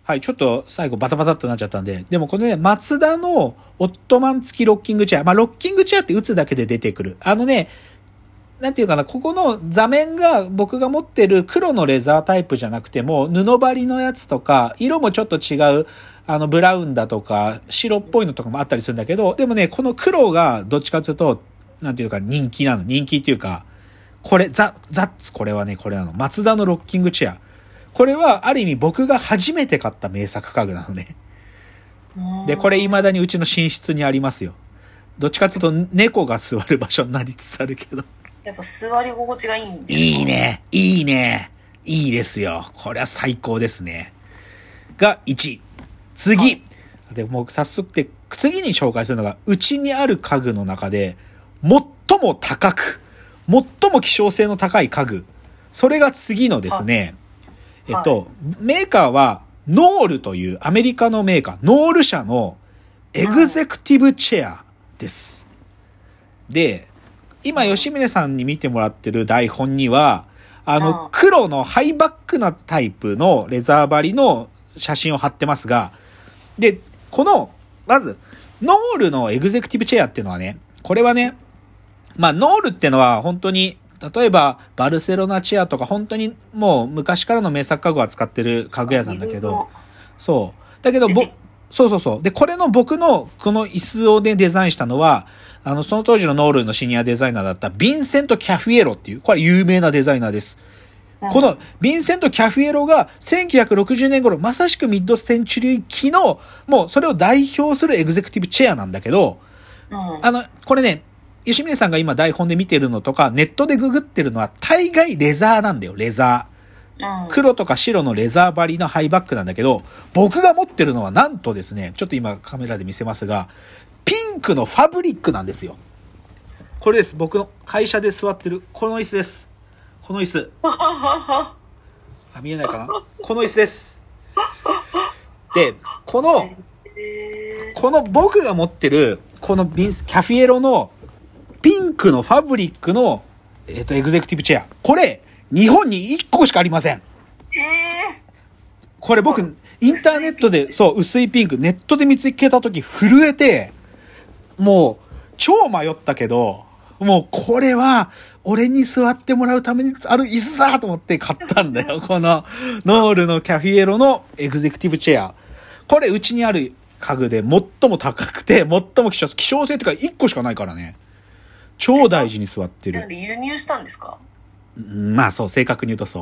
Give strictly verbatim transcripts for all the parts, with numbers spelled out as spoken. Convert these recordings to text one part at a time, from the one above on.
はい、ちょっと最後バタバタっとなっちゃったんで、でもこのね、マツダのオットマン付きロッキングチェア。まあ、ロッキングチェアって打つだけで出てくる。あのね、なんていうかな、ここの座面が僕が持ってる黒のレザータイプじゃなくても、布張りのやつとか、色もちょっと違う、あの、ブラウンだとか、白っぽいのとかもあったりするんだけど、でもね、この黒がどっちかというと、なんていうか人気なの。人気っていうか、これ、ザ、ザッツ、これはね、これなの。マツダのロッキングチェア。これはある意味僕が初めて買った名作家具なのね。で、これ未だにうちの寝室にありますよ。どっちかというと猫が座る場所になりつつあるけど。 やっぱ座り心地がいいんですか？ いいね。いいね。いいですよ。これは最高ですね。がいちい。次。はい、で、もう早速で、次に紹介するのが、うちにある家具の中で、最も高く、最も希少性の高い家具。それが次のですね、はい、えっと、はい、メーカーは、ノールというアメリカのメーカー、ノール社のエグゼクティブチェアです。うん、で、今、吉峰さんに見てもらってる台本には、あの、黒のハイバックなタイプのレザー張りの写真を貼ってますが、で、この、まず、ノールのエグゼクティブチェアっていうのはね、これはね、まあ、ノールっていうのは本当に、例えば、バルセロナチェアとか本当にもう昔からの名作家具を扱ってる家具屋さんだけど、そう。だけど、ぼ、そうそうそう。で、これの僕のこの椅子をね、デザインしたのは、あの、その当時のノールのシニアデザイナーだったヴィンセント・キャフィエロっていう、これ有名なデザイナーです。うん、このヴィンセント・キャフィエロがせんきゅうひゃくろくじゅうねん頃、まさしくミッドセンチュリー期の、もうそれを代表するエグゼクティブチェアなんだけど、うん、あの、これね、吉峰さんが今台本で見てるのとか、ネットでググってるのは大概レザーなんだよ、レザー。うん、黒とか白のレザー張りのハイバックなんだけど、僕が持ってるのはなんとですね、ちょっと今カメラで見せますが、ピンクのファブリックなんですよ。これです。僕の会社で座ってる、この椅子です。この椅子。あ、見えないかな？この椅子です。で、この、この僕が持ってる、このビンス、キャフィエロのピンクのファブリックの、えっと、エグゼクティブチェア。これ、日本にいっこしかありません。えー、これ僕、インターネットで、そう、薄いピンク、ネットで見つけたとき震えて、もう、超迷ったけど、もうこれは、俺に座ってもらうためにある椅子だと思って買ったんだよ。この、ノールのキャフィエロのエグゼクティブチェア。これ、うちにある家具で最も高くて、最も希少性、希少性ってかいっこしかないからね。超大事に座ってる。 輸入したんですか？ まあそう、正確に言うとそう。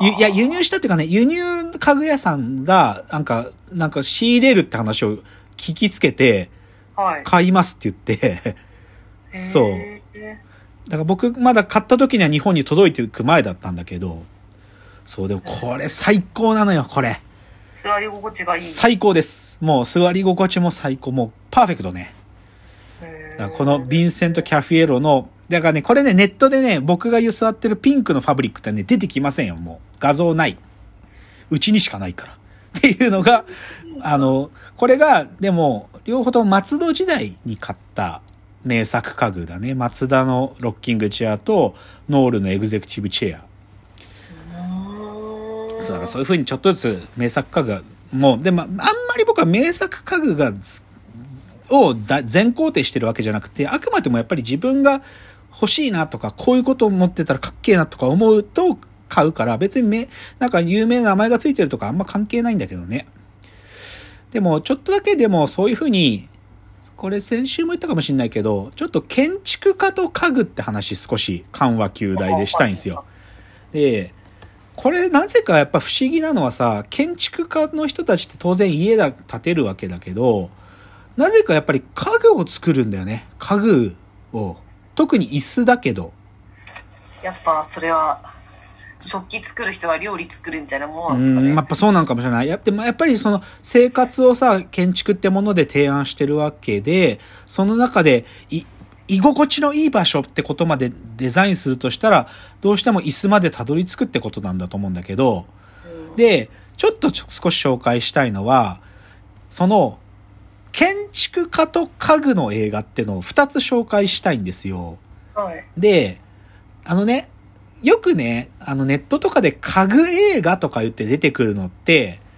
いや、輸入したっていうかね、輸入家具屋さんが、なんか、なんか仕入れるって話を聞きつけて、買いますって言って、はい、そう。だから僕まだ買った時には日本に届いていく前だったんだけど、そう、でもこれ最高なのよ、これ。 座り心地がいい。 最高です。もう座り心地も最高、もうパーフェクトね。だからこのヴィンセント・キャフィエロの、だからね、これね、ネットでね、僕が座ってるピンクのファブリックってね、出てきませんよ、もう。画像ない。うちにしかないから。っていうのが、あの、これが、でも、両方とも松戸時代に買った名作家具だね。マツダのロッキングチェアと、ノールのエグゼクティブチェア。そう、だからそういう風にちょっとずつ名作家具が、もう、でも、あんまり僕は名作家具が、を全肯定してるわけじゃなくて、あくまでもやっぱり自分が欲しいなとか、こういうことを持ってたらかっけえなとか思うと買うから、別にめ、なんか有名な名前がついてるとかあんま関係ないんだけどね。でも、ちょっとだけでもそういうふうに、これ先週も言ったかもしれないけど、ちょっと建築家と家具って話少し緩和球大でしたいんですよ。で、これなぜかやっぱ不思議なのはさ、建築家の人たちって当然家だ、建てるわけだけど、なぜかやっぱり家具を作るんだよね。家具を。特に椅子だけど。 やっぱそれは、食器作る人は料理作るみたいなものなんですかね。 うん、やっぱそうなんかもしれない。やでもやっぱりその生活をさ、建築ってもので提案してるわけで、その中でい、居心地のいい場所ってことまでデザインするとしたら、どうしても椅子までたどり着くってことなんだと思うんだけど、うん、で、ちょっと少し紹介したいのは、その、建築家と家具の映画ってのをふたつ紹介したいんですよ。はい。で、あのね、よくね、あのネットとかで家具映画とか言って出てくるのって、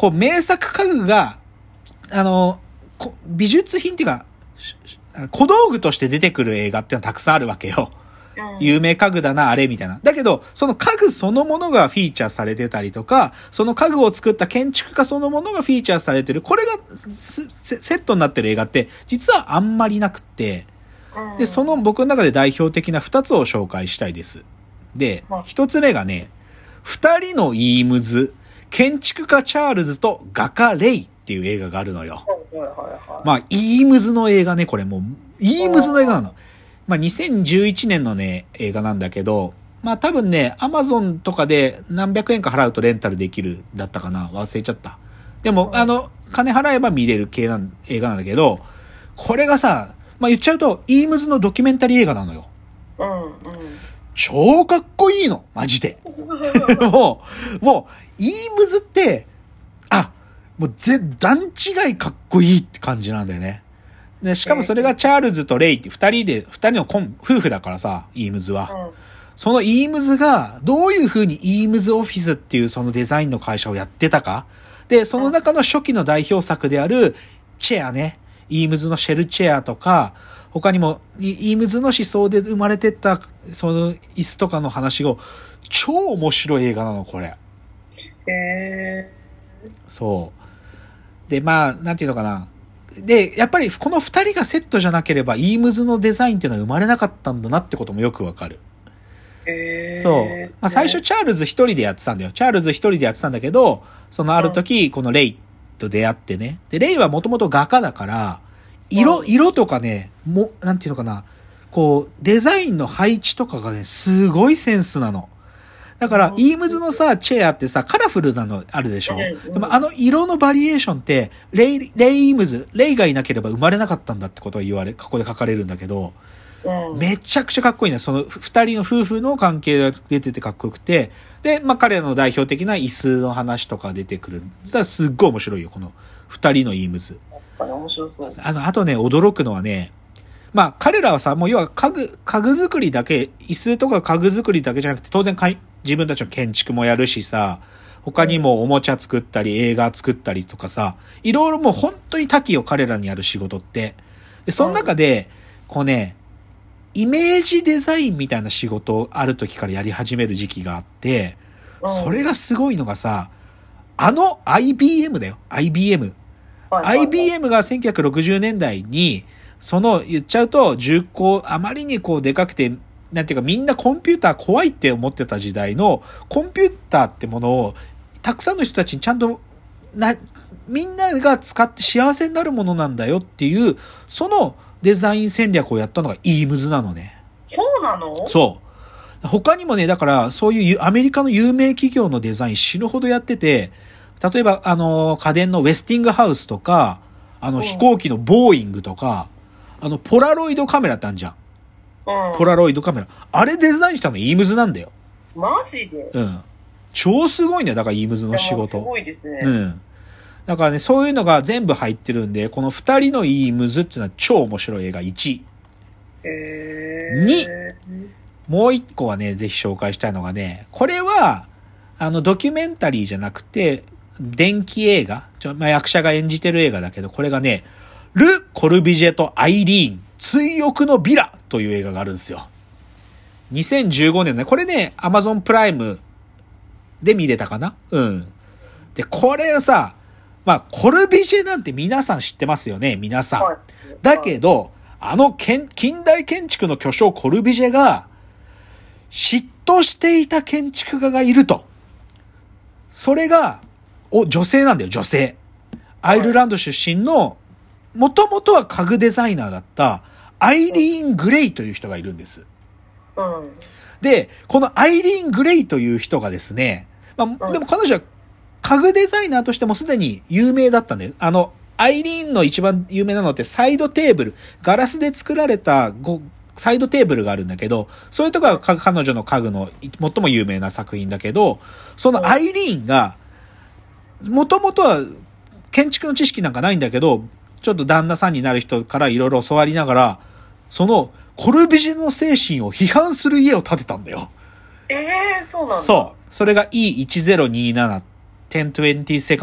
こう、名作家具が、あの、美術品っていうか、小道具として出てくる映画ってのはたくさんあるわけよ。有名家具だな、あれみたいな。だけど、その家具そのものがフィーチャーされてたりとか、その家具を作った建築家そのものがフィーチャーされてる。これがセットになってる映画って、実はあんまりなくって、で、その僕の中で代表的な二つを紹介したいです。で、一つ目がね、二人のイームズ、建築家チャールズと画家レイっていう映画があるのよ。まあ、イームズの映画ね、これもう、イームズの映画なの。まあ、にせんじゅういちねんのね、映画なんだけど、まあ多分ね、アマゾンとかで何百円か払うとレンタルできるだったかな、忘れちゃった。でも、あの、金払えば見れる系なん映画なんだけど、これがさ、まあ言っちゃうと、イームズのドキュメンタリー映画なのよ。 うんうん。 超かっこいいの、マジで。もう、もう、イームズって、あ、もうぜ、段違いかっこいいって感じなんだよね。で、しかもそれがチャールズとレイって二人で、二人のコン夫婦だからさ、イームズは。うん、そのイームズが、どういう風にイームズオフィスっていうそのデザインの会社をやってたか。で、その中の初期の代表作である、チェアね。イームズのシェルチェアとか、他にも、イームズの思想で生まれてった、その椅子とかの話を、超面白い映画なの、これ。 へー。 そう。で、まあ、なんていうのかな。で、やっぱりこの二人がセットじゃなければ、イームズのデザインっていうのは生まれなかったんだなってこともよくわかる。 へー。 そう。まあ、最初チャールズ一人でやってたんだよ。チャールズ一人でやってたんだけど、そのある時、このレイと出会ってね。で、レイはもともと画家だから、色、色とかね、も、なんていうのかな。こう、デザインの配置とかがね、すごいセンスなの。だから、イームズのさ、チェアってさ、カラフルなのあるでしょ。でもあの色のバリエーションって、レイ、レイイームズ、レイがいなければ生まれなかったんだってことを言われ、ここで書かれるんだけど、うん、めちゃくちゃかっこいいね。その二人の夫婦の関係が出ててかっこよくて、で、まあ、彼の代表的な椅子の話とか出てくる。だからすっごい面白いよ、この二人のイームズ。 面白そう。 あの、あとね、驚くのはね、まあ、彼らはさ、もう要は家具、家具作りだけ、椅子とか家具作りだけじゃなくて、当然かい、自分たちの建築もやるしさ、他にもおもちゃ作ったり、映画作ったりとかさ、いろいろもう本当に多岐を彼らにやる仕事って。で、その中で、こうね、イメージデザインみたいな仕事をある時からやり始める時期があって、それがすごいのがさ、あの アイビーエム だよ、アイビーエム。アイビーエム がせんきゅうひゃくろくじゅうねんだいに、その言っちゃうと重工、あまりにこうでかくて、なんていうかみんなコンピューター怖いって思ってた時代のコンピューターってものをたくさんの人たちにちゃんとな、みんなが使って幸せになるものなんだよっていう、そのデザイン戦略をやったのがイームズなのね。 そうなの？ そう。他にもね、だからそういうアメリカの有名企業のデザイン死ぬほどやってて、例えばあの家電のウェスティングハウスとか、あの飛行機のボーイングとか、あのポラロイドカメラってあるじゃん。うん、ポラロイドカメラ。あれデザインしたのイームズなんだよ。 マジで？ うん。超すごいんだよ。だからイームズの仕事。 すごいですね。 うん。だからね、そういうのが全部入ってるんで、この二人のイームズっていうのは超面白い映画いち。 へー。 に、もう一個はね、ぜひ紹介したいのがね、これは、あの、ドキュメンタリーじゃなくて、電気映画。ちょ、まあ、役者が演じてる映画だけど、これがね、ル・コルビジェとアイリーン、追憶のビラという映画があるんですよ。にせんじゅうごねんね。これね、アマゾンプライムで見れたかな？うん。で、これさ、まあ、コルビジェなんて皆さん知ってますよね、皆さん。はい、だけど、あの近代建築の巨匠コルビジェが、嫉妬していた建築家がいると。それが、お、女性なんだよ、女性。アイルランド出身の、もともとは家具デザイナーだった、アイリーン・グレイという人がいるんです。 うん、 で、このアイリーン・グレイという人がですね、まあ、でも彼女は家具デザイナーとしてもすでに有名だったんだよ。あの、アイリーンの一番有名なのってサイドテーブル、ガラスで作られたごサイドテーブルがあるんだけど、そういうところが彼女の家具の最も有名な作品だけど、そのアイリーンが、もともとは建築の知識なんかないんだけど、ちょっと旦那さんになる人からいろいろ教わりながら、そのコルビジェの精神を批判する家を建てたんだよ。 ええー、そうなんだ。 そう。それが イーいちぜろにーなな、じゅうにセカンド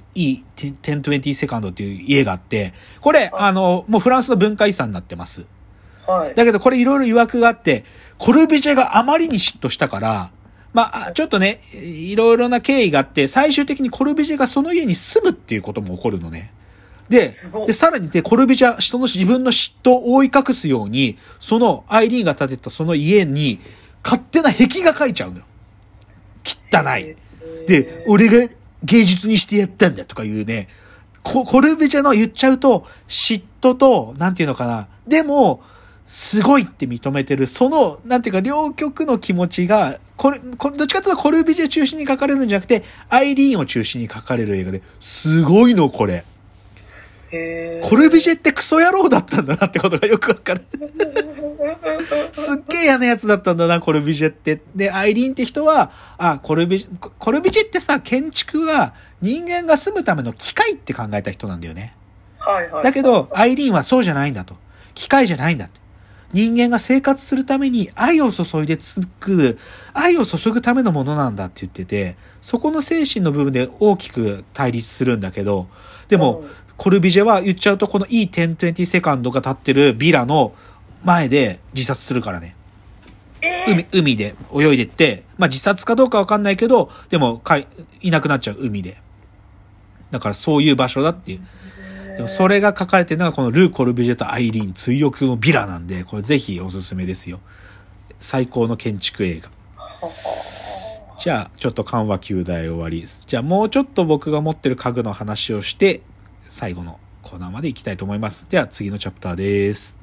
E じゅうにじゅうセカンドっていう家があって、これ、あの、もうフランスの文化遺産になってます。 はい。 だけどこれいろいろ曰くがあって、コルビュジエがあまりに嫉妬したから、まあ、ちょっとね、いろいろな経緯があって、最終的にコルビュジエがその家に住むっていうことも起こるのね。で、で、さらにで、コルビュジエは人の自分の嫉妬を覆い隠すように、そのアイリーンが建てたその家に、勝手な壁画描いちゃうのよ。汚い。で、俺が芸術にしてやったんだとかいうね、コ, コルビュジエの言っちゃうと、嫉妬と、なんていうのかな。でも、すごいって認めてる、その、なんていうか、両極の気持ちが、これ、これどっちかというとコルビュジエ中心に書かれるんじゃなくて、アイリーンを中心に書かれる映画で、すごいの、これ。 へー。 コルビュジエってクソ野郎だったんだなってことがよくわかる。すっげえ嫌なやつだったんだな、コルビュジエって。で、アイリーンって人は、あ、コルビュジエ、コルビュジエってさ、建築は人間が住むための機械って考えた人なんだよね。 はいはい。 だけど、アイリーンはそうじゃないんだと。機械じゃないんだと。人間が生活するために愛を注いで作る、愛を注ぐためのものなんだって言ってて、そこの精神の部分で大きく対立するんだけど、でも、コルビュジエは言っちゃうとこの イーじゅうにじゅうセカンドが立ってるビラの前で自殺するからね。 えー、 海、海で泳いでって、まあ自殺かどうかわかんないけど、でもかい、いなくなっちゃう海で。だからそういう場所だっていう。でもそれが書かれてるのがこのルー・コルビュジエとアイリーン追憶のビラなんで、これぜひおすすめですよ。最高の建築映画。じゃあちょっと緩和球大終わりです。じゃあもうちょっと僕が持ってる家具の話をして最後のコーナーまで行きたいと思います。では次のチャプターです。